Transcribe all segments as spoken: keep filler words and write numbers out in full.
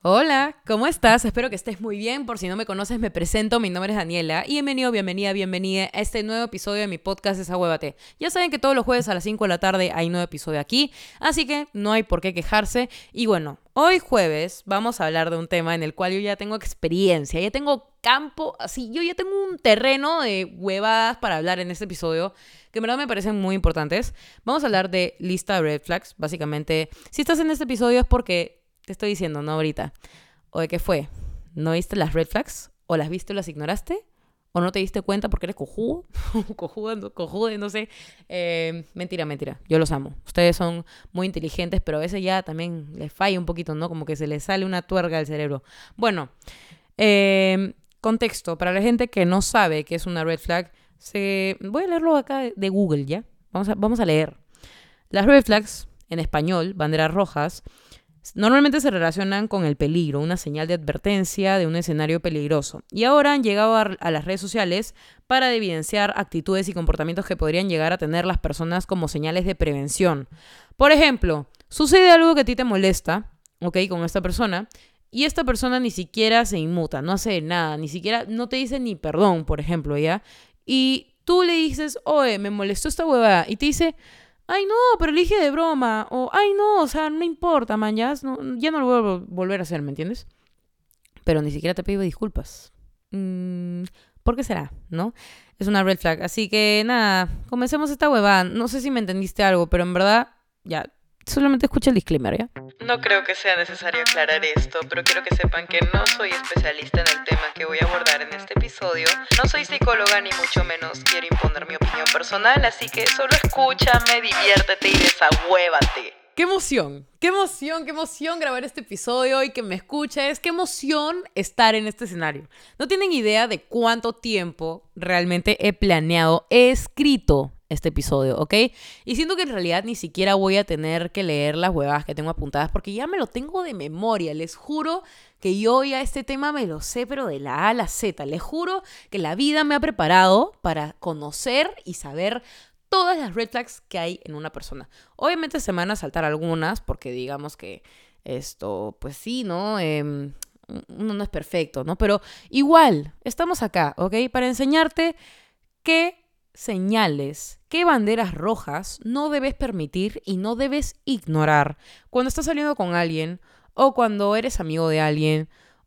Hola, ¿cómo estás? Espero que estés muy bien. Por si no me conoces, me presento. Mi nombre es Daniela y bienvenido, bienvenida, bienvenida a este nuevo episodio de mi podcast Desahuévate. Ya saben que todos los jueves a las cinco de la tarde hay nuevo episodio aquí, así que no hay por qué quejarse. Y bueno, hoy jueves vamos a hablar de un tema en el cual yo ya tengo experiencia, ya tengo campo, así, yo ya tengo un terreno de huevadas para hablar en este episodio que en verdad me parecen muy importantes. Vamos a hablar de lista de red flags. Básicamente, si estás en este episodio es porque te estoy diciendo, ¿no? Ahorita. ¿O de qué fue? ¿No viste las red flags? ¿O las viste o las ignoraste? ¿O no te diste cuenta porque eres cojudo? cojudo, cojudo, no sé. Eh, mentira, mentira. Yo los amo. Ustedes son muy inteligentes, pero a veces ya también les falla un poquito, ¿no? Como que se les sale una tuerca al cerebro. Bueno, eh, contexto. Para la gente que no sabe qué es una red flag, se... voy a leerlo acá de Google, ¿ya? Vamos a, vamos a leer. Las red flags, en español, banderas rojas, normalmente se relacionan con el peligro, una señal de advertencia de un escenario peligroso. Y ahora han llegado a, a las redes sociales para evidenciar actitudes y comportamientos que podrían llegar a tener las personas como señales de prevención. Por ejemplo, sucede algo que a ti te molesta, ¿ok? Con esta persona, y esta persona ni siquiera se inmuta, no hace nada, ni siquiera, no te dice ni perdón, por ejemplo, ¿ya? Y tú le dices, oye, me molestó esta huevada, y te dice... Ay, no, pero le dije de broma. O, ay, no, o sea, no me importa, man, ya no, ya no lo voy a volver a hacer, ¿me entiendes? Pero ni siquiera te pido disculpas. Mm, ¿Por qué será? ¿No? Es una red flag. Así que, nada, comencemos esta huevada. No sé si me entendiste algo, pero en verdad, ya, solamente escucha el disclaimer, ¿ya? No creo que sea necesario aclarar esto, pero quiero que sepan que no soy especialista en el tema que voy a abordar en este episodio. No soy psicóloga ni mucho menos quiero imponer mi opinión personal, así que solo escúchame, diviértete y desahuévate. ¡Qué emoción! ¡Qué emoción! ¡Qué emoción grabar este episodio y que me escuches! ¡Qué emoción estar en este escenario! No tienen idea de cuánto tiempo realmente he planeado, he escrito este episodio, ¿ok? Y siento que en realidad ni siquiera voy a tener que leer las huevadas que tengo apuntadas porque ya me lo tengo de memoria. Les juro que yo ya este tema me lo sé, pero de la A a la Z. Les juro que la vida me ha preparado para conocer y saber todas las red flags que hay en una persona. Obviamente se me van a saltar algunas porque digamos que esto, pues sí, ¿no? Eh, uno no es perfecto, ¿no? Pero igual, estamos acá, ¿ok? Para enseñarte qué señales, qué banderas rojas no debes permitir y no debes ignorar cuando estás saliendo con alguien o cuando eres amigo de alguien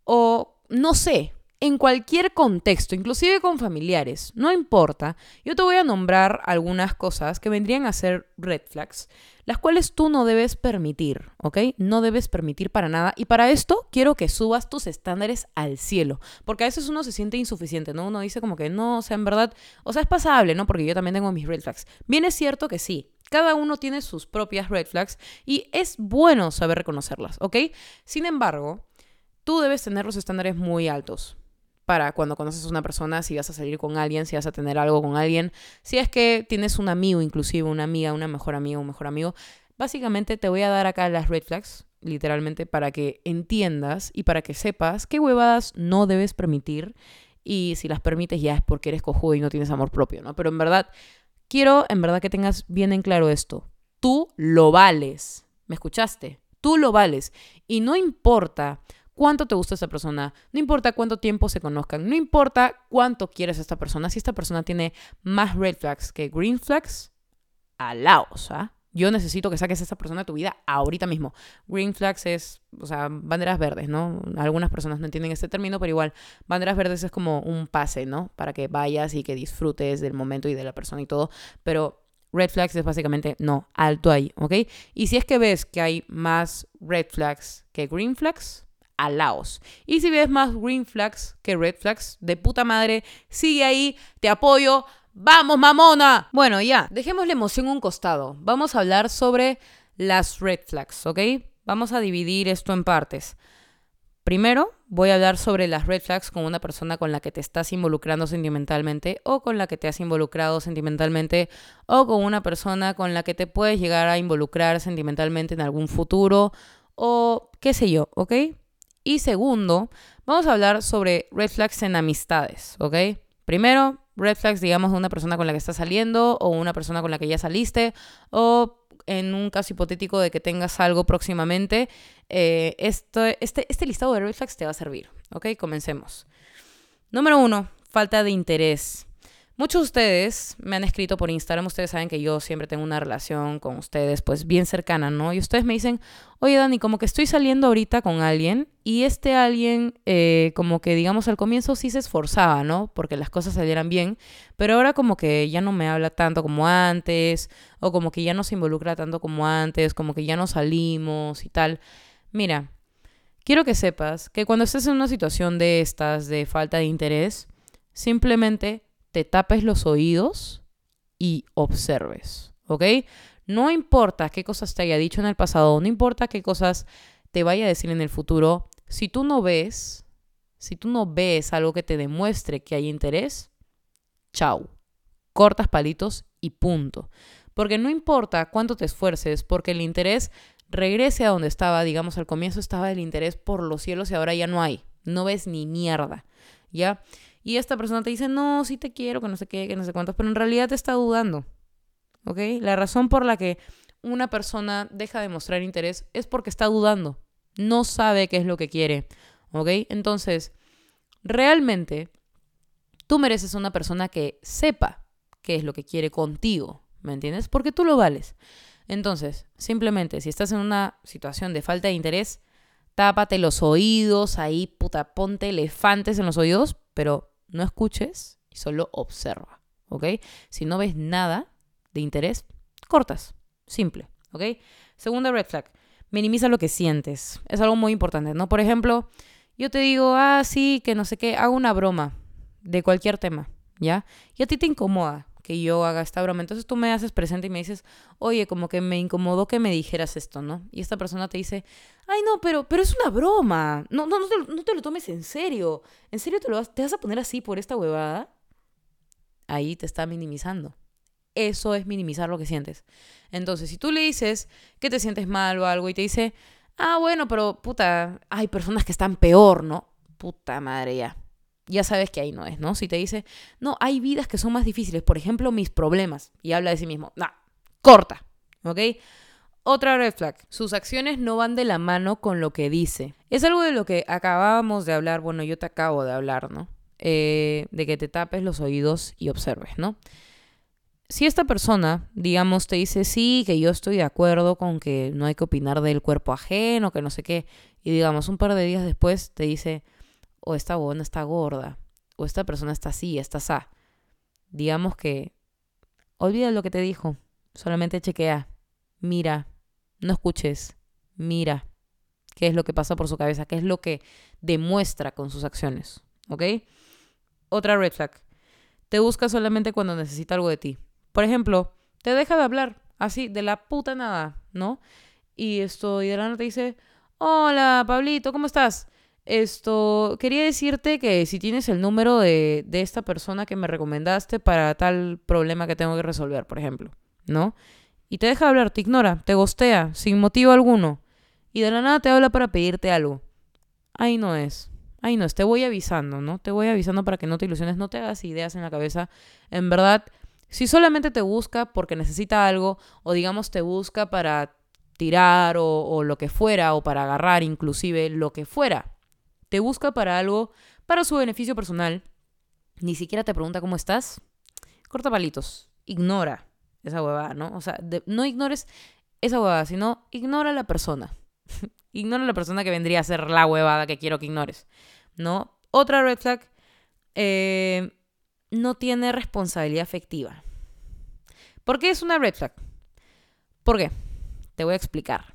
o no sé, en cualquier contexto, inclusive con familiares, no importa, yo te voy a nombrar algunas cosas que vendrían a ser red flags, las cuales tú no debes permitir, ¿ok? No debes permitir para nada. Y para esto quiero que subas tus estándares al cielo, porque a veces uno se siente insuficiente, ¿no? Uno dice como que no, o sea, en verdad, o sea, es pasable, ¿no? Porque yo también tengo mis red flags. Bien es cierto que sí, cada uno tiene sus propias red flags y es bueno saber reconocerlas, ¿ok? Sin embargo, tú debes tener los estándares muy altos para cuando conoces a una persona, si vas a salir con alguien, si vas a tener algo con alguien, si es que tienes un amigo, inclusive una amiga, una mejor amiga, un mejor amigo. Básicamente te voy a dar acá las red flags, literalmente, para que entiendas y para que sepas qué huevadas no debes permitir y si las permites ya es porque eres cojudo y no tienes amor propio, ¿no? Pero en verdad, quiero en verdad que tengas bien en claro esto. Tú lo vales. ¿Me escuchaste? Tú lo vales. Y no importa cuánto te gusta esa persona, no importa cuánto tiempo se conozcan, no importa cuánto quieres a esta persona, si esta persona tiene más red flags que green flags, alaos, ¿ah? Yo necesito que saques a esa persona de tu vida ahorita mismo. Green flags es, o sea, banderas verdes, ¿no? Algunas personas no entienden este término, pero igual, banderas verdes es como un pase, ¿no? Para que vayas y que disfrutes del momento y de la persona y todo, pero red flags es básicamente, no, alto ahí, ¿ok? Y si es que ves que hay más red flags que green flags, alaos. Y si ves más green flags que red flags, de puta madre, sigue ahí, te apoyo. ¡Vamos, mamona! Bueno, ya, dejemos la emoción a un costado. Vamos a hablar sobre las red flags, ¿ok? Vamos a dividir esto en partes. Primero, voy a hablar sobre las red flags con una persona con la que te estás involucrando sentimentalmente o con la que te has involucrado sentimentalmente o con una persona con la que te puedes llegar a involucrar sentimentalmente en algún futuro o qué sé yo, ¿ok? Y segundo, vamos a hablar sobre red flags en amistades, ¿ok? Primero, red flags, digamos, de una persona con la que estás saliendo o una persona con la que ya saliste o en un caso hipotético de que tengas algo próximamente, eh, esto, este, este listado de red flags te va a servir. ¿Ok? Comencemos. Número uno, falta de interés. Muchos de ustedes me han escrito por Instagram, ustedes saben que yo siempre tengo una relación con ustedes pues bien cercana, ¿no? Y ustedes me dicen, oye Dani, como que estoy saliendo ahorita con alguien y este alguien eh, como que digamos al comienzo sí se esforzaba, ¿no? Porque las cosas salieran bien, pero ahora como que ya no me habla tanto como antes o como que ya no se involucra tanto como antes, como que ya no salimos y tal. Mira, quiero que sepas que cuando estés en una situación de estas, de falta de interés, simplemente te tapes los oídos y observes, ¿ok? No importa qué cosas te haya dicho en el pasado, no importa qué cosas te vaya a decir en el futuro, si tú no ves, si tú no ves algo que te demuestre que hay interés, chau, cortas palitos y punto. Porque no importa cuánto te esfuerces, porque el interés regrese a donde estaba, digamos, al comienzo estaba el interés por los cielos y ahora ya no hay, no ves ni mierda, ¿ya? Y esta persona te dice, no, sí te quiero, que no sé qué, que no sé cuántos, pero en realidad te está dudando, ¿ok? La razón por la que una persona deja de mostrar interés es porque está dudando, no sabe qué es lo que quiere, ¿ok? Entonces, realmente, tú mereces una persona que sepa qué es lo que quiere contigo, ¿me entiendes? Porque tú lo vales. Entonces, simplemente, si estás en una situación de falta de interés, tápate los oídos, ahí, puta, ponte elefantes en los oídos, pero no escuches y solo observa, ¿ok? Si no ves nada de interés, cortas. Simple, ¿ok? Segunda red flag, minimiza lo que sientes. Es algo muy importante, ¿no? Por ejemplo, yo te digo, ah, sí, que no sé qué, hago una broma de cualquier tema, ¿ya? Y a ti te incomoda que yo haga esta broma. Entonces tú me haces presente y me dices, oye, como que me incomodó que me dijeras esto, ¿no? Y esta persona te dice, ay, no, pero, pero es una broma. No, no, no, te, no te lo tomes en serio. ¿En serio te, lo vas, te vas a poner así por esta huevada? Ahí te está minimizando. Eso es minimizar lo que sientes. Entonces, si tú le dices que te sientes mal o algo y te dice, ah, bueno, pero puta, hay personas que están peor, ¿no? Puta madre, ya. Ya sabes que ahí no es, ¿no? Si te dice, no, hay vidas que son más difíciles, por ejemplo, mis problemas, y habla de sí mismo, no, corta, ¿ok? Otra red flag, sus acciones no van de la mano con lo que dice. Es algo de lo que acabábamos de hablar, bueno, yo te acabo de hablar, ¿no? Eh, de que te tapes los oídos y observes, ¿no? Si esta persona, digamos, te dice, sí, que yo estoy de acuerdo con que no hay que opinar del cuerpo ajeno, que no sé qué, y digamos, un par de días después te dice, o esta buena está gorda, o esta persona está así, está así. Digamos que olvida lo que te dijo, solamente chequea, mira, no escuches, mira qué es lo que pasa por su cabeza, qué es lo que demuestra con sus acciones, ¿ok? Otra red flag, te busca solamente cuando necesita algo de ti. Por ejemplo, te deja de hablar, así, de la puta nada, ¿no? Y esto, y de la nada te dice, hola, Pablito, ¿cómo estás? Esto, quería decirte que si tienes el número de, de esta persona que me recomendaste para tal problema que tengo que resolver, por ejemplo, ¿no? Y te deja hablar, te ignora, te gostea, sin motivo alguno. Y de la nada te habla para pedirte algo. Ahí no es, ahí no es, te voy avisando, ¿no? Te voy avisando para que no te ilusiones, no te hagas ideas en la cabeza. En verdad, si solamente te busca porque necesita algo, o digamos te busca para tirar o, o lo que fuera, o para agarrar inclusive, lo que fuera, te busca para algo, para su beneficio personal, ni siquiera te pregunta cómo estás, corta palitos, ignora esa huevada, ¿no? O sea, de, no ignores esa huevada, sino ignora a la persona. Ignora a la persona que vendría a ser la huevada que quiero que ignores, ¿no? Otra red flag, eh, no tiene responsabilidad afectiva. ¿Por qué es una red flag? ¿Por qué? Te voy a explicar.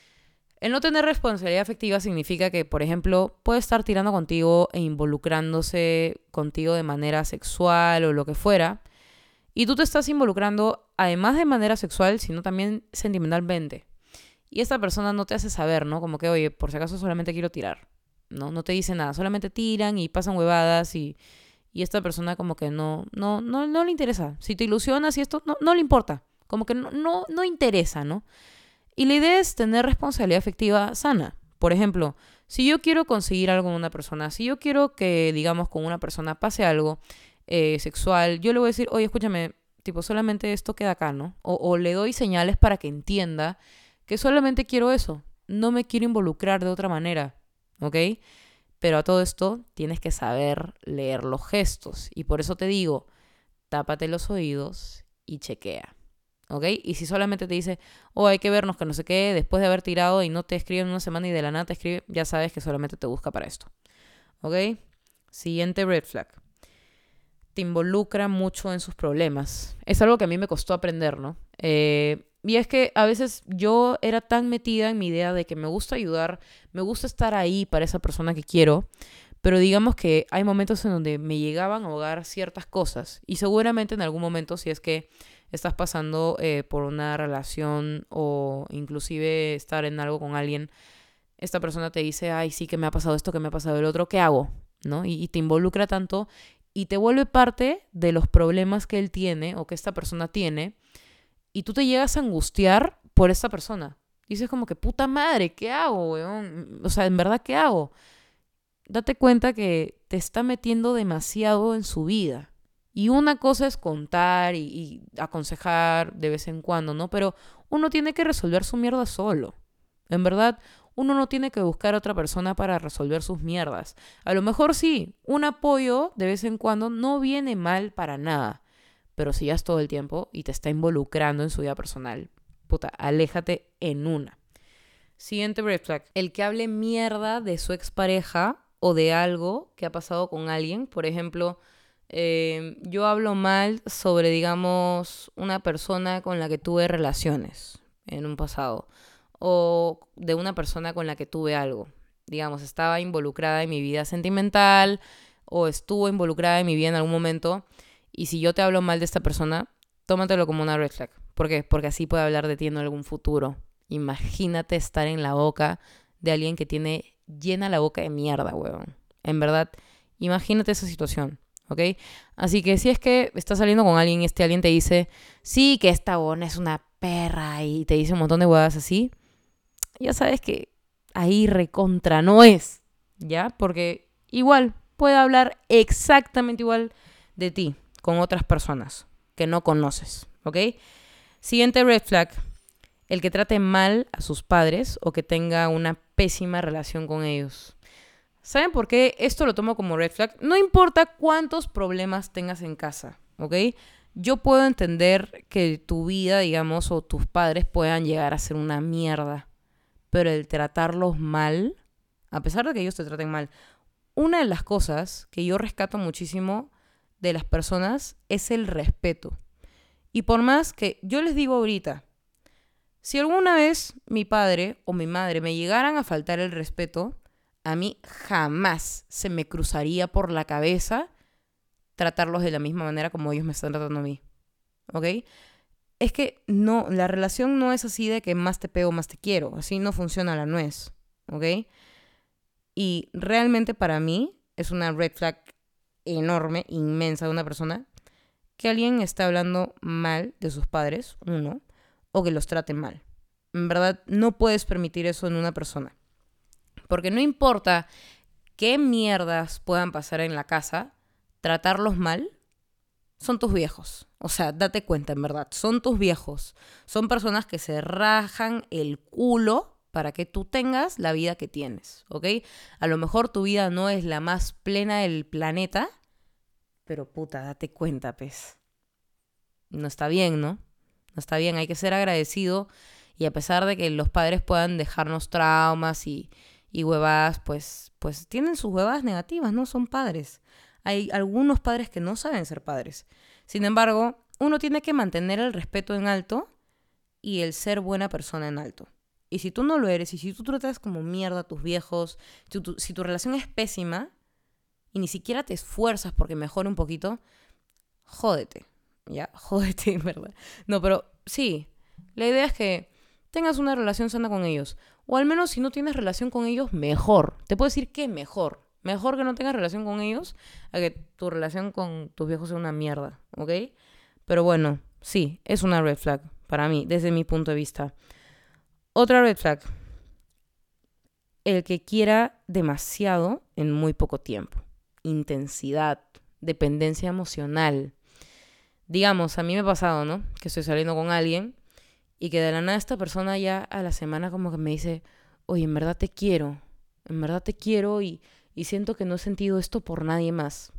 El no tener responsabilidad afectiva significa que, por ejemplo, puede estar tirando contigo e involucrándose contigo de manera sexual o lo que fuera, y tú te estás involucrando además de manera sexual, sino también sentimentalmente. Y esta persona no te hace saber, ¿no? Como que, oye, por si acaso solamente quiero tirar, ¿no? No te dice nada, solamente tiran y pasan huevadas y, y esta persona como que no, no, no, no le interesa. Si te ilusionas y esto, no, no le importa. Como que no, no, no interesa, ¿no? Y la idea es tener responsabilidad afectiva sana. Por ejemplo, si yo quiero conseguir algo con una persona, si yo quiero que, digamos, con una persona pase algo eh, sexual, yo le voy a decir, oye, escúchame, tipo, solamente esto queda acá, ¿no? O, o le doy señales para que entienda que solamente quiero eso. No me quiero involucrar de otra manera, ¿ok? Pero a todo esto tienes que saber leer los gestos. Y por eso te digo, tápate los oídos y chequea, ¿ok? Y si solamente te dice, oh, hay que vernos, que no sé qué, después de haber tirado y no te escribe en una semana y de la nada te escribe, ya sabes que solamente te busca para esto, ¿ok? Siguiente red flag. Te involucra mucho en sus problemas. Es algo que a mí me costó aprender, ¿no? Eh, y es que a veces yo era tan metida en mi idea de que me gusta ayudar, me gusta estar ahí para esa persona que quiero, pero digamos que hay momentos en donde me llegaban a ahogar ciertas cosas. Y seguramente en algún momento, si es que estás pasando eh, por una relación o inclusive estar en algo con alguien, esta persona te dice, ay, sí, que me ha pasado esto, que me ha pasado el otro, ¿qué hago? ¿No? Y, y te involucra tanto y te vuelve parte de los problemas que él tiene o que esta persona tiene y tú te llegas a angustiar por esta persona. Dices como que, puta madre, ¿qué hago, weón? O sea, en verdad, ¿qué hago? Date cuenta que te está metiendo demasiado en su vida. Y una cosa es contar y, y aconsejar de vez en cuando, ¿no? Pero uno tiene que resolver su mierda solo. En verdad, uno no tiene que buscar a otra persona para resolver sus mierdas. A lo mejor sí, un apoyo de vez en cuando no viene mal para nada. Pero si ya es todo el tiempo y te está involucrando en su vida personal, puta, aléjate en una. Siguiente red flag. El que hable mierda de su expareja o de algo que ha pasado con alguien. Por ejemplo, eh, yo hablo mal sobre, digamos, una persona con la que tuve relaciones en un pasado. O de una persona con la que tuve algo. Digamos, estaba involucrada en mi vida sentimental o estuvo involucrada en mi vida en algún momento. Y si yo te hablo mal de esta persona, tómatelo como una red flag. ¿Por qué? Porque así puede hablar de ti en algún futuro. Imagínate estar en la boca de alguien que tiene llena la boca de mierda, huevón. En verdad, imagínate esa situación, ¿ok? Así que si es que estás saliendo con alguien y este alguien te dice, sí, que esta bona es una perra y te dice un montón de huevadas así, ya sabes que ahí recontra no es, ¿ya? Porque igual puede hablar exactamente igual de ti con otras personas que no conoces, ¿ok? Siguiente red flag. El que trate mal a sus padres o que tenga una pésima relación con ellos. ¿Saben por qué esto lo tomo como red flag? No importa cuántos problemas tengas en casa, ¿ok? Yo puedo entender que tu vida, digamos, o tus padres puedan llegar a ser una mierda, pero el tratarlos mal, a pesar de que ellos te traten mal, una de las cosas que yo rescato muchísimo de las personas es el respeto. Y por más que yo les digo ahorita, si alguna vez mi padre o mi madre me llegaran a faltar el respeto, a mí jamás se me cruzaría por la cabeza tratarlos de la misma manera como ellos me están tratando a mí. ¿Ok? Es que no, la relación no es así de que más te pego, más te quiero. Así no funciona la nuez. ¿Ok? Y realmente para mí es una red flag enorme, inmensa de una persona que alguien está hablando mal de sus padres, uno, o que los trate mal. En verdad, no puedes permitir eso en una persona. Porque no importa qué mierdas puedan pasar en la casa, tratarlos mal son tus viejos. O sea, date cuenta, en verdad, son tus viejos. Son personas que se rajan el culo para que tú tengas la vida que tienes, ¿ok? A lo mejor tu vida no es la más plena del planeta, pero puta, date cuenta, pez. No está bien, ¿no? No está bien, hay que ser agradecido y a pesar de que los padres puedan dejarnos traumas y, y huevadas, pues, pues tienen sus huevadas negativas, ¿no? Son padres. Hay algunos padres que no saben ser padres. Sin embargo, uno tiene que mantener el respeto en alto y el ser buena persona en alto. Y si tú no lo eres, y si tú tratas como mierda a tus viejos, si tu, si tu relación es pésima y ni siquiera te esfuerzas porque mejore un poquito, jódete. Ya, jódete, en verdad. No, pero sí, la idea es que tengas una relación sana con ellos. O al menos si no tienes relación con ellos, mejor. Te puedo decir que mejor. Mejor que no tengas relación con ellos a que tu relación con tus viejos sea una mierda, ¿ok? Pero bueno, sí, es una red flag para mí, desde mi punto de vista. Otra red flag. El que quiera demasiado en muy poco tiempo. Intensidad, dependencia emocional. Digamos, a mí me ha pasado, ¿no? Que estoy saliendo con alguien y que de la nada esta persona ya a la semana como que me dice, oye, en verdad te quiero, en verdad te quiero y, y siento que no he sentido esto por nadie más.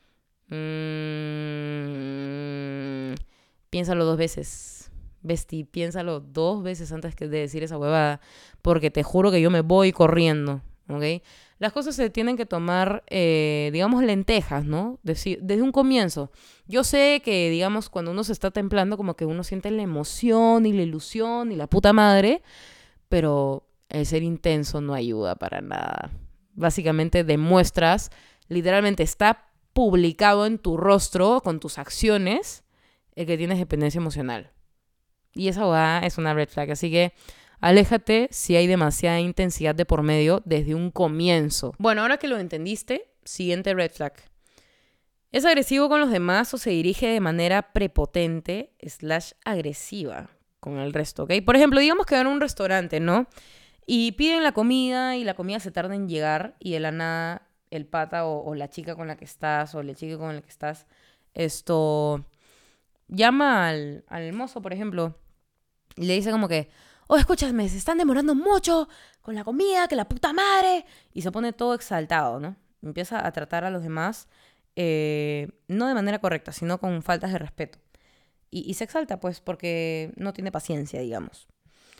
Mm, piénsalo dos veces. Besti, piénsalo dos veces antes que de decir esa huevada. Porque te juro que yo me voy corriendo, ¿ok? Las cosas se tienen que tomar, eh, digamos, lentejas, ¿no? Deci- desde un comienzo. Yo sé que, digamos, cuando uno se está templando, como que uno siente la emoción y la ilusión y la puta madre, pero el ser intenso no ayuda para nada. Básicamente demuestras, literalmente está publicado en tu rostro con tus acciones el que tienes dependencia emocional. Y esa hueá es una red flag. Así que aléjate si hay demasiada intensidad de por medio desde un comienzo. Bueno, ahora que lo entendiste, siguiente red flag. ¿Es agresivo con los demás o se dirige de manera prepotente slash agresiva con el resto? ¿Ok? Por ejemplo, digamos que van a un restaurante, ¿no? Y piden la comida y la comida se tarda en llegar y de la nada el pata o, o la chica con la que estás o el chico con el que estás, esto llama al, al mozo, por ejemplo, y le dice como que, oh, escúchame, se están demorando mucho con la comida, que la puta madre. Y se pone todo exaltado, ¿no? Empieza a tratar a los demás, eh, no de manera correcta, sino con faltas de respeto. Y, y se exalta, pues, porque no tiene paciencia, digamos.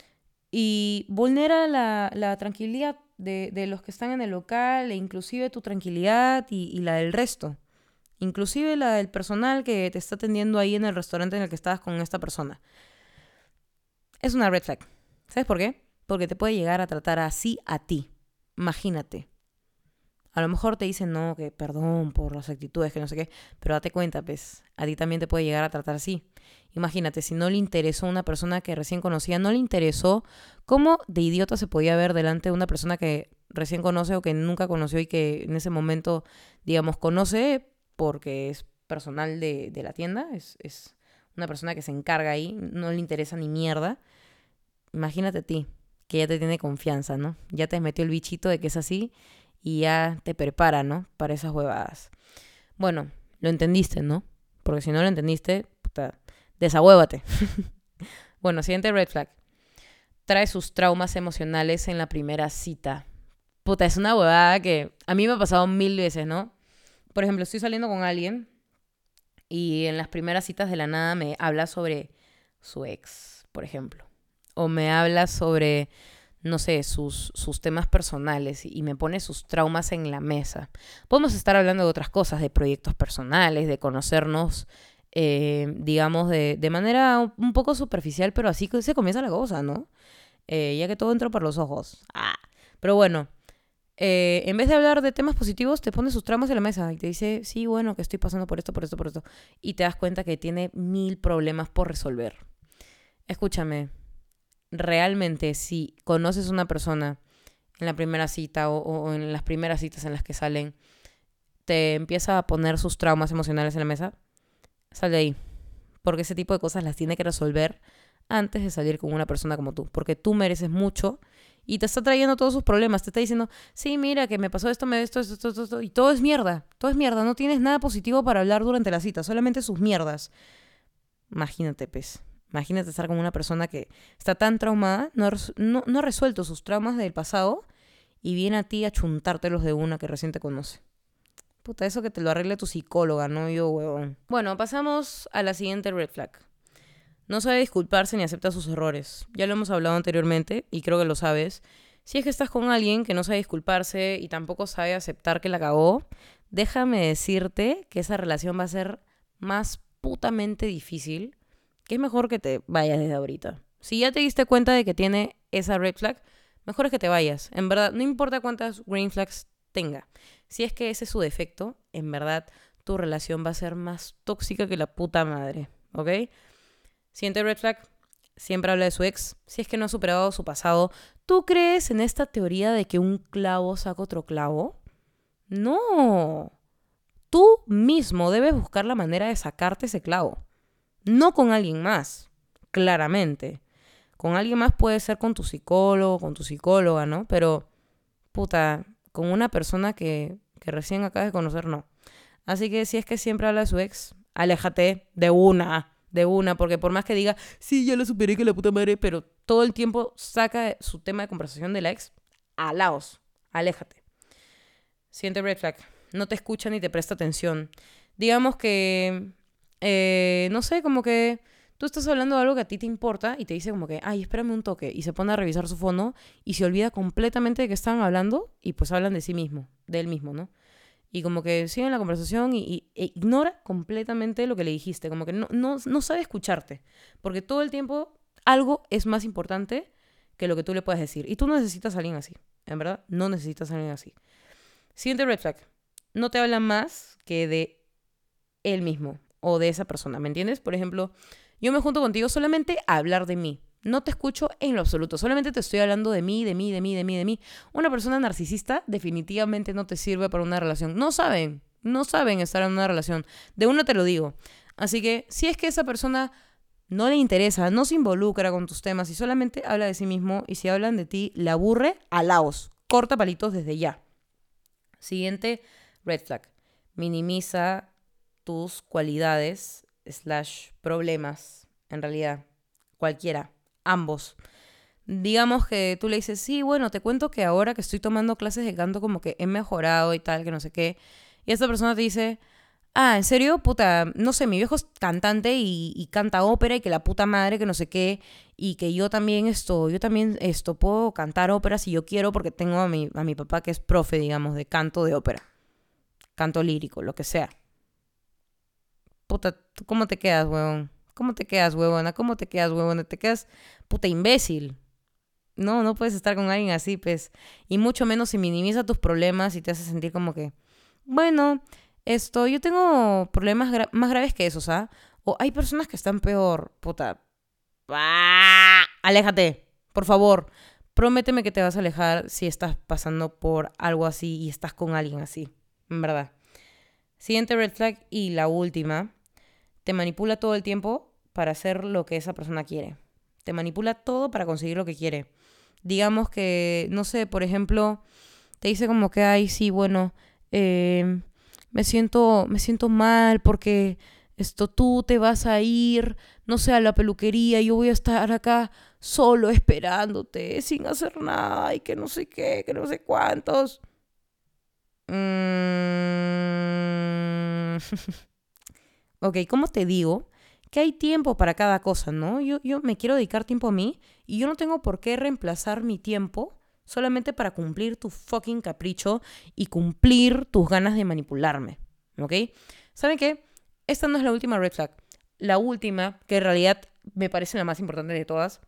Y vulnera la, la tranquilidad de, de los que están en el local, e inclusive tu tranquilidad y, y la del resto. Inclusive la del personal que te está atendiendo ahí en el restaurante en el que estabas con esta persona. Es una red flag. ¿Sabes por qué? Porque te puede llegar a tratar así a ti. Imagínate. A lo mejor te dicen, no, que perdón por las actitudes, que no sé qué, pero date cuenta, pues, a ti también te puede llegar a tratar así. Imagínate, si no le interesó a una persona que recién conocía, no le interesó, ¿cómo de idiota se podía ver delante de una persona que recién conoce o que nunca conoció y que en ese momento, digamos, conoce porque es personal de, de la tienda, es, es una persona que se encarga ahí, no le interesa ni mierda? Imagínate a ti, que ya te tiene confianza, ¿no? Ya te metió el bichito de que es así y ya te prepara, ¿no? Para esas huevadas. Bueno, lo entendiste, ¿no? Porque si no lo entendiste, puta, desahuévate. Bueno, siguiente red flag. Trae sus traumas emocionales en la primera cita. Puta, es una huevada que a mí me ha pasado mil veces, ¿no? Por ejemplo, estoy saliendo con alguien y en las primeras citas de la nada me habla sobre su ex, por ejemplo. O me habla sobre, no sé, sus, sus temas personales y me pone sus traumas en la mesa. Podemos estar hablando de otras cosas, de proyectos personales, de conocernos, eh, digamos, de, de manera un poco superficial, pero así que se comienza la cosa, ¿no? Eh, ya que todo entra por los ojos. Ah. Pero bueno, eh, en vez de hablar de temas positivos, te pone sus traumas en la mesa y te dice, sí, bueno, que estoy pasando por esto, por esto, por esto. Y te das cuenta que tiene mil problemas por resolver. Escúchame, realmente si conoces a una persona en la primera cita o, o en las primeras citas en las que salen, te empieza a poner sus traumas emocionales en la mesa, sal de ahí. Porque ese tipo de cosas las tiene que resolver antes de salir con una persona como tú. Porque tú mereces mucho y te está trayendo todos sus problemas. Te está diciendo, sí, mira, que me pasó esto, me esto, esto, esto, esto, esto. Y todo es mierda. Todo es mierda. No tienes nada positivo para hablar durante la cita. Solamente sus mierdas. Imagínate, pues. Imagínate estar con una persona que está tan traumada, no ha, no, no ha resuelto sus traumas del pasado y viene a ti a chuntártelos de una que recién te conoce. Puta, eso que te lo arregle tu psicóloga, no yo, huevón. Bueno, pasamos a la siguiente red flag. No sabe disculparse ni acepta sus errores. Ya lo hemos hablado anteriormente y creo que lo sabes. Si es que estás con alguien que no sabe disculparse y tampoco sabe aceptar que la cagó, déjame decirte que esa relación va a ser más putamente difícil, que es mejor que te vayas desde ahorita. Si ya te diste cuenta de que tiene esa red flag, mejor es que te vayas. En verdad, no importa cuántas green flags tenga. Si es que ese es su defecto, en verdad, tu relación va a ser más tóxica que la puta madre, ¿ok? Siguiente red flag, siempre habla de su ex. Si es que no ha superado su pasado, ¿tú crees en esta teoría de que un clavo saca otro clavo? No. Tú mismo debes buscar la manera de sacarte ese clavo. No con alguien más, claramente. Con alguien más puede ser con tu psicólogo, con tu psicóloga, ¿no? Pero, puta, con una persona que, que recién acabas de conocer, no. Así que si es que siempre habla de su ex, aléjate de una, de una, porque por más que diga, sí, ya lo superé, que la puta madre, pero todo el tiempo saca su tema de conversación de la ex, alaos, aléjate. Siguiente red flag, no te escucha ni te presta atención. Digamos que, eh, no sé, como que tú estás hablando de algo que a ti te importa y te dice como que, ay, espérame un toque, y se pone a revisar su fono y se olvida completamente de que están hablando y pues hablan de sí mismo, de él mismo, ¿no? Y como que siguen la conversación y, y e ignora completamente lo que le dijiste. Como que no, no, no sabe escucharte. Porque todo el tiempo algo es más importante que lo que tú le puedes decir. Y tú no necesitas a alguien así. En verdad, no necesitas a alguien así. Siguiente red flag. No te habla más que de él mismo o de esa persona. ¿Me entiendes? Por ejemplo, yo me junto contigo solamente a hablar de mí. No te escucho en lo absoluto. Solamente te estoy hablando de mí, de mí, de mí, de mí, de mí. Una persona narcisista definitivamente no te sirve para una relación. No saben, no saben estar en una relación. De una te lo digo. Así que si es que esa persona no le interesa, no se involucra con tus temas y solamente habla de sí mismo y si hablan de ti, le aburre, alaos. Corta palitos desde ya. Siguiente red flag. Minimiza tus cualidades slash problemas. En realidad, cualquiera. Ambos. Digamos que tú le dices, sí, bueno, te cuento que ahora que estoy tomando clases de canto como que he mejorado y tal, que no sé qué. Y esta persona te dice, ah, ¿en serio? Puta, no sé, mi viejo es cantante y, y canta ópera y que la puta madre, que no sé qué. Y que yo también esto, yo también esto, puedo cantar ópera si yo quiero porque tengo a mi, a mi papá que es profe, digamos, de canto de ópera. Canto lírico, lo que sea. Puta, ¿tú cómo te quedas, huevón? ¿Cómo te quedas, huevona? ¿Cómo te quedas, huevona? Te quedas, puta, imbécil. No, no puedes estar con alguien así, pues. Y mucho menos si minimiza tus problemas y te hace sentir como que, bueno, esto, yo tengo problemas gra- más graves que esos, ¿ah? O hay personas que están peor, puta. ¡Ah! Aléjate, por favor. Prométeme que te vas a alejar si estás pasando por algo así y estás con alguien así, en verdad. Siguiente red flag y la última. Te manipula todo el tiempo para hacer lo que esa persona quiere. Te manipula todo para conseguir lo que quiere. Digamos que, no sé, por ejemplo, te dice como que, ay, sí, bueno, eh, me siento, me siento mal porque esto tú te vas a ir, no sé, a la peluquería y yo voy a estar acá solo esperándote, sin hacer nada y que no sé qué, que no sé cuántos. Mm. Ok, ¿cómo te digo? Que hay tiempo para cada cosa, ¿no? Yo, yo me quiero dedicar tiempo a mí y yo no tengo por qué reemplazar mi tiempo solamente para cumplir tu fucking capricho y cumplir tus ganas de manipularme, ¿ok? ¿Saben qué? Esta no es la última red flag. La última, que en realidad me parece la más importante de todas,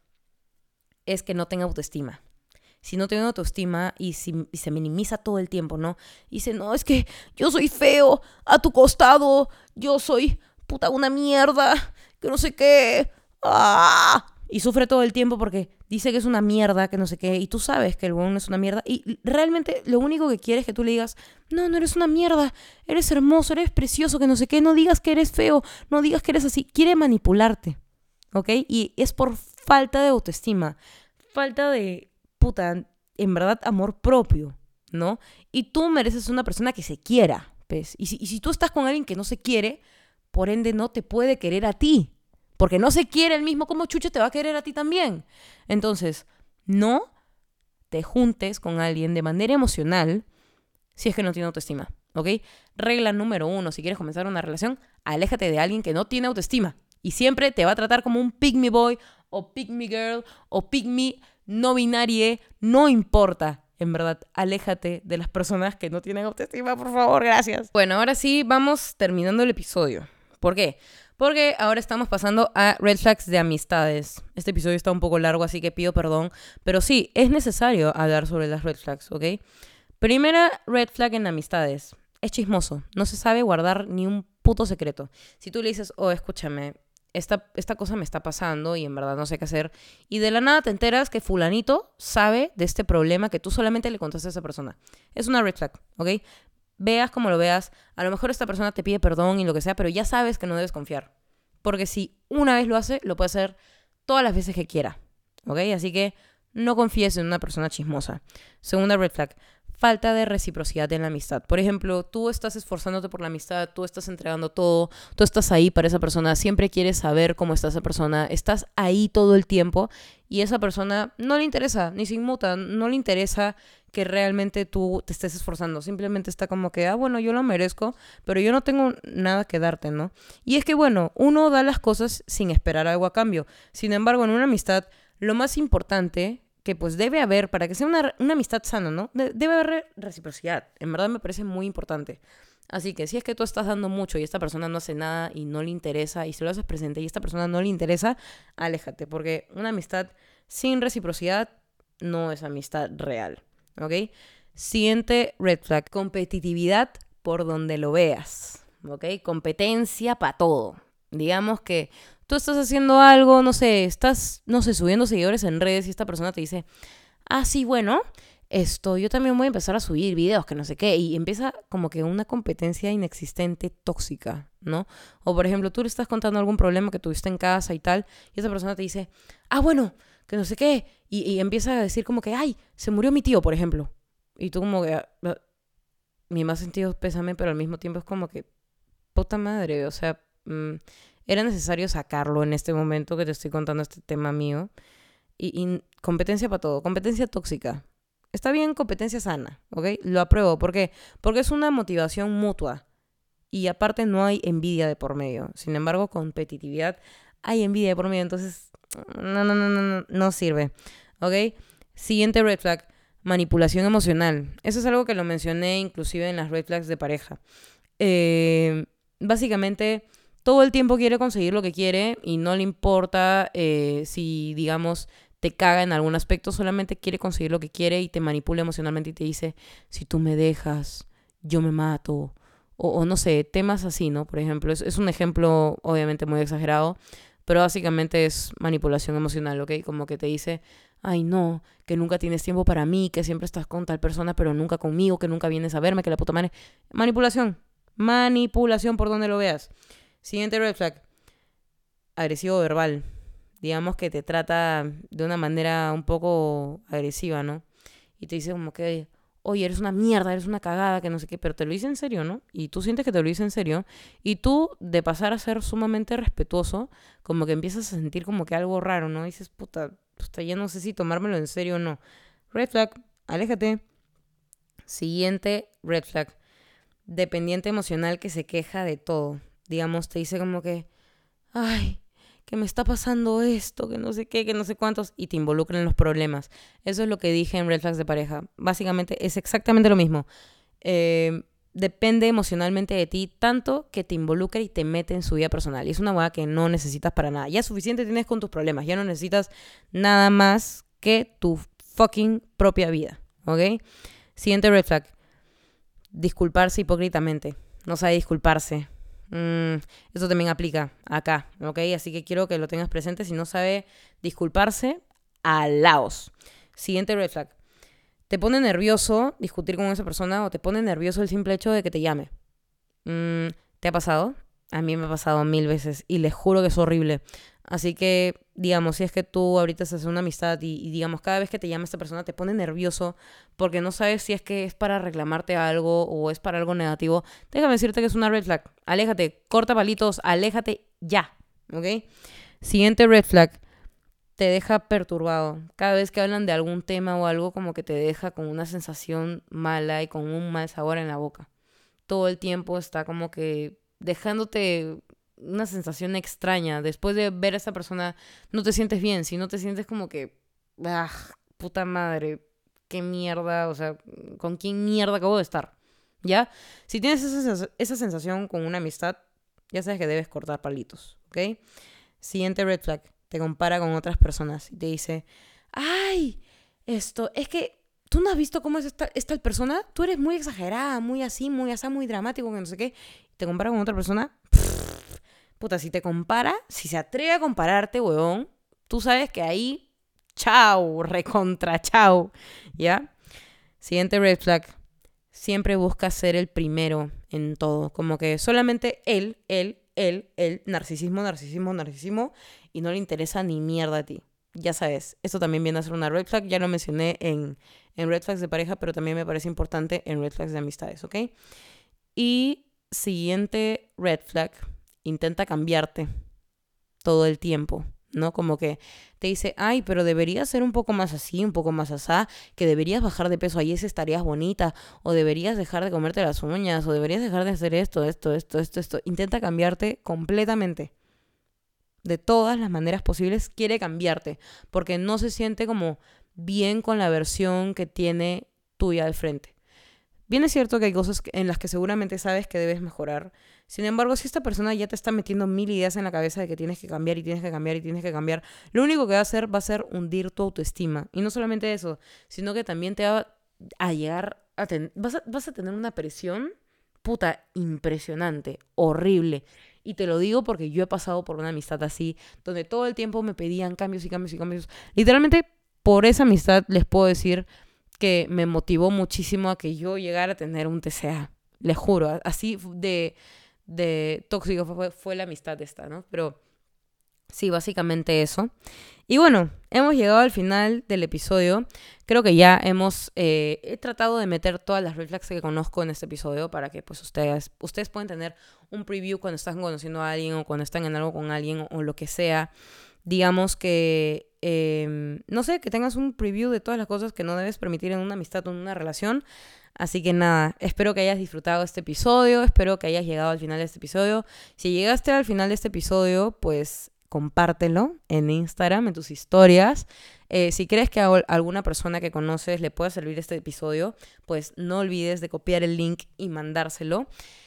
es que no tenga autoestima. Si no tiene autoestima y, si, y se minimiza todo el tiempo, ¿no? Y dice, no, es que yo soy feo a tu costado, yo soy puta una mierda, que no sé qué. ¡Ah! Y sufre todo el tiempo porque dice que es una mierda, que no sé qué, y tú sabes que el huevón no es una mierda. Y realmente lo único que quiere es que tú le digas, no, no eres una mierda, eres hermoso, eres precioso, que no sé qué, no digas que eres feo, no digas que eres así. Quiere manipularte, ¿ok? Y es por falta de autoestima, falta de... puta, en verdad, amor propio, ¿no? Y tú mereces una persona que se quiera, ¿ves? Y si, y si tú estás con alguien que no se quiere, por ende no te puede querer a ti. Porque no se quiere el mismo, como chucha te va a querer a ti también. Entonces, no te juntes con alguien de manera emocional si es que no tiene autoestima, ¿ok? Regla número uno, si quieres comenzar una relación, aléjate de alguien que no tiene autoestima. Y siempre te va a tratar como un pick me boy, o pick me girl, o pick me no binarie, no importa. En verdad, aléjate de las personas que no tienen autoestima, por favor, gracias. Bueno, ahora sí, vamos terminando el episodio. ¿Por qué? Porque ahora estamos pasando a red flags de amistades. Este episodio está un poco largo, así que pido perdón. Pero sí, es necesario hablar sobre las red flags, ¿ok? Primera red flag en amistades. Es chismoso. No se sabe guardar ni un puto secreto. Si tú le dices, oh, escúchame, esta, esta cosa me está pasando y en verdad no sé qué hacer. Y de la nada te enteras que fulanito sabe de este problema que tú solamente le contaste a esa persona. Es una red flag, ¿ok? Veas como lo veas, a lo mejor esta persona te pide perdón y lo que sea, pero ya sabes que no debes confiar. Porque si una vez lo hace, lo puede hacer todas las veces que quiera, ¿ok? Así que no confíes en una persona chismosa. Segunda red flag, falta de reciprocidad en la amistad. Por ejemplo, tú estás esforzándote por la amistad, tú estás entregando todo, tú estás ahí para esa persona, siempre quieres saber cómo está esa persona, estás ahí todo el tiempo y esa persona no le interesa, ni se inmuta, no le interesa que realmente tú te estés esforzando. Simplemente está como que, ah, bueno, yo lo merezco, pero yo no tengo nada que darte, ¿no? Y es que, bueno, uno da las cosas sin esperar algo a cambio. Sin embargo, en una amistad, lo más importante que pues debe haber, para que sea una, una amistad sana, ¿no? De- debe haber reciprocidad. En verdad me parece muy importante. Así que si es que tú estás dando mucho y esta persona no hace nada y no le interesa, y se lo haces presente y esta persona no le interesa, aléjate, porque una amistad sin reciprocidad no es amistad real. ¿Ok? Siguiente red flag, competitividad por donde lo veas, ¿ok? Competencia para todo. Digamos que tú estás haciendo algo, no sé, estás, no sé, subiendo seguidores en redes y esta persona te dice, ah, sí, bueno, esto, yo también voy a empezar a subir videos, que no sé qué, y empieza como que una competencia inexistente, tóxica, ¿no? O por ejemplo, tú le estás contando algún problema que tuviste en casa y tal, y esa persona te dice, ah, bueno, que no sé qué, y, y empieza a decir como que, ay, se murió mi tío, por ejemplo. Y tú como que, ah, ah, mi más sentido pésame, pero al mismo tiempo es como que, puta madre, o sea, mm, era necesario sacarlo en este momento que te estoy contando este tema mío. Y, y competencia para todo, competencia tóxica. Está bien, competencia sana, ¿ok? Lo apruebo. ¿Por qué? Porque es una motivación mutua. Y aparte no hay envidia de por medio. Sin embargo, competitividad, hay envidia de por medio. Entonces, no, no, no, no, no, no sirve. ¿Ok? Siguiente red flag, manipulación emocional. Eso es algo que lo mencioné inclusive en las red flags de pareja. Eh, básicamente, todo el tiempo quiere conseguir lo que quiere y no le importa eh, si, digamos, te caga en algún aspecto, solamente quiere conseguir lo que quiere y te manipula emocionalmente y te dice, si tú me dejas, yo me mato. O, o no sé, temas así, ¿no? Por ejemplo, es, es un ejemplo obviamente muy exagerado, pero básicamente es manipulación emocional, ¿ok? Como que te dice, ay no, que nunca tienes tiempo para mí, que siempre estás con tal persona, pero nunca conmigo, que nunca vienes a verme, que la puta madre. Manipulación. Manipulación por donde lo veas. Siguiente red flag. Agresivo verbal. Digamos que te trata de una manera un poco agresiva, ¿no? Y te dice como que, oye, eres una mierda, eres una cagada, que no sé qué, pero te lo dice en serio, ¿no? Y tú sientes que te lo dice en serio. Y tú, de pasar a ser sumamente respetuoso, como que empiezas a sentir como que algo raro, ¿no? Y dices, puta, puta, ya no sé si tomármelo en serio o no. Red flag, aléjate. Siguiente red flag. Dependiente emocional que se queja de todo. Digamos, te dice como que, ay, que me está pasando esto, que no sé qué, que no sé cuántos, y te involucran en los problemas. Eso es lo que dije en Red Flags de pareja. Básicamente es exactamente lo mismo. Eh, depende emocionalmente de ti tanto que te involucra y te mete en su vida personal. Y es una hueá que no necesitas para nada. Ya suficiente tienes con tus problemas. Ya no necesitas nada más que tu fucking propia vida. ¿Ok? Siguiente red flag. Disculparse hipócritamente. No sabe disculparse. Mm, eso también aplica acá, ¿ok? Así que quiero que lo tengas presente. Si no sabe disculparse, alaos. Siguiente red flag. ¿Te pone nervioso discutir con esa persona o te pone nervioso el simple hecho de que te llame? Mm, ¿te ha pasado? A mí me ha pasado mil veces y les juro que es horrible. Así que, digamos, si es que tú ahorita estás en una amistad y, y, digamos, cada vez que te llama esta persona te pone nervioso porque no sabes si es que es para reclamarte algo o es para algo negativo, déjame decirte que es una red flag. Aléjate, corta palitos, aléjate ya, ¿ok? Siguiente red flag. Te deja perturbado. Cada vez que hablan de algún tema o algo, como que te deja con una sensación mala y con un mal sabor en la boca. Todo el tiempo está como que dejándote una sensación extraña. Después de ver a esa persona, no te sientes bien, si no te sientes como que, ah, puta madre, qué mierda, o sea, ¿con quién mierda acabo de estar? ¿Ya? Si tienes esa, esa sensación con una amistad, ya sabes que debes cortar palitos, ¿ok? Siguiente red flag. Te compara con otras personas y te dice, ay, esto, es que tú no has visto cómo es esta, esta persona, tú eres muy exagerada, muy así, muy así, muy dramático, que no sé qué, y te compara con otra persona. Pff, puta, si te compara, si se atreve a compararte, huevón, tú sabes que ahí, chao, recontra, chao, ¿ya? Siguiente red flag. Siempre busca ser el primero en todo, como que solamente él, él, él, él, narcisismo, narcisismo, narcisismo, y no le interesa ni mierda a ti. ya sabes, esto también viene a ser una red flag. Ya lo mencioné en, en red flags de pareja, pero también me parece importante en red flags de amistades, ¿ok? Y siguiente red flag, intenta cambiarte todo el tiempo, ¿no? Como que te dice, ay, pero deberías ser un poco más así, un poco más asá, que deberías bajar de peso, ahí estarías bonita, o deberías dejar de comerte las uñas, o deberías dejar de hacer esto, esto, esto, esto, esto. Intenta cambiarte completamente. De todas las maneras posibles, quiere cambiarte, porque no se siente como bien con la versión que tiene tuya al frente. Bien es cierto que hay cosas en las que seguramente sabes que debes mejorar. Sin embargo, si esta persona ya te está metiendo mil ideas en la cabeza de que tienes que cambiar y tienes que cambiar y tienes que cambiar, lo único que va a hacer va a ser hundir tu autoestima. Y no solamente eso, sino que también te va a llegar a tener... Vas a, vas a tener una presión, puta, impresionante, horrible. Y te lo digo porque yo he pasado por una amistad así, donde todo el tiempo me pedían cambios y cambios y cambios. Literalmente, por esa amistad les puedo decir que me motivó muchísimo a que yo llegara a tener un T C A. Les juro, así de, de tóxico fue, fue la amistad esta, ¿no? Pero sí, básicamente eso. Y bueno, hemos llegado al final del episodio. Creo que ya hemos eh, he tratado de meter todas las red flags que conozco en este episodio para que pues ustedes, ustedes puedan tener un preview cuando están conociendo a alguien o cuando están en algo con alguien o, o lo que sea. Digamos que, eh, no sé, que tengas un preview de todas las cosas que no debes permitir en una amistad o en una relación. Así que nada, espero que hayas disfrutado este episodio, espero que hayas llegado al final de este episodio. Si llegaste al final de este episodio, pues compártelo en Instagram, en tus historias. Eh, si crees que a alguna persona que conoces le pueda servir este episodio, pues no olvides de copiar el link y mandárselo.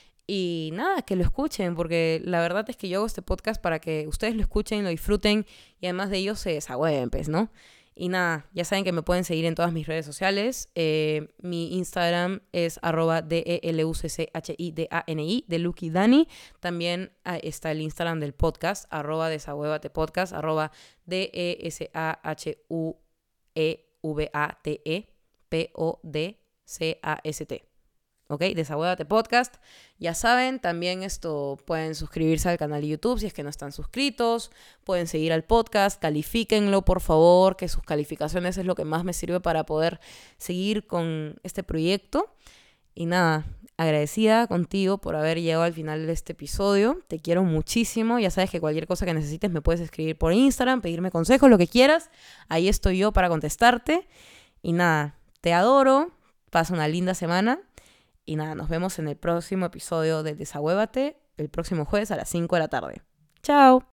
Y nada, que lo escuchen, porque la verdad es que yo hago este podcast para que ustedes lo escuchen, lo disfruten y además de ellos se desagüen, pues, ¿no? Y nada, ya saben que me pueden seguir en todas mis redes sociales. Eh, mi Instagram es arroba D E L U C C H I D A N I, de Lucky Dani. También ah, está el Instagram del podcast, arroba desahuévate podcast, arroba D E S A H U E V A T E P O D C A S T. ¿Ok? Desahuévate Podcast. Ya saben, también esto pueden suscribirse al canal de YouTube si es que no están suscritos. Pueden seguir al podcast, califíquenlo por favor, que sus calificaciones es lo que más me sirve para poder seguir con este proyecto. Y nada, agradecida contigo por haber llegado al final de este episodio. Te quiero muchísimo. Ya sabes que cualquier cosa que necesites me puedes escribir por Instagram, pedirme consejos, lo que quieras. Ahí estoy yo para contestarte. Y nada, te adoro. Pasa una linda semana. Y nada, nos vemos en el próximo episodio de Desahuévate, el próximo jueves a las cinco de la tarde. ¡Chao!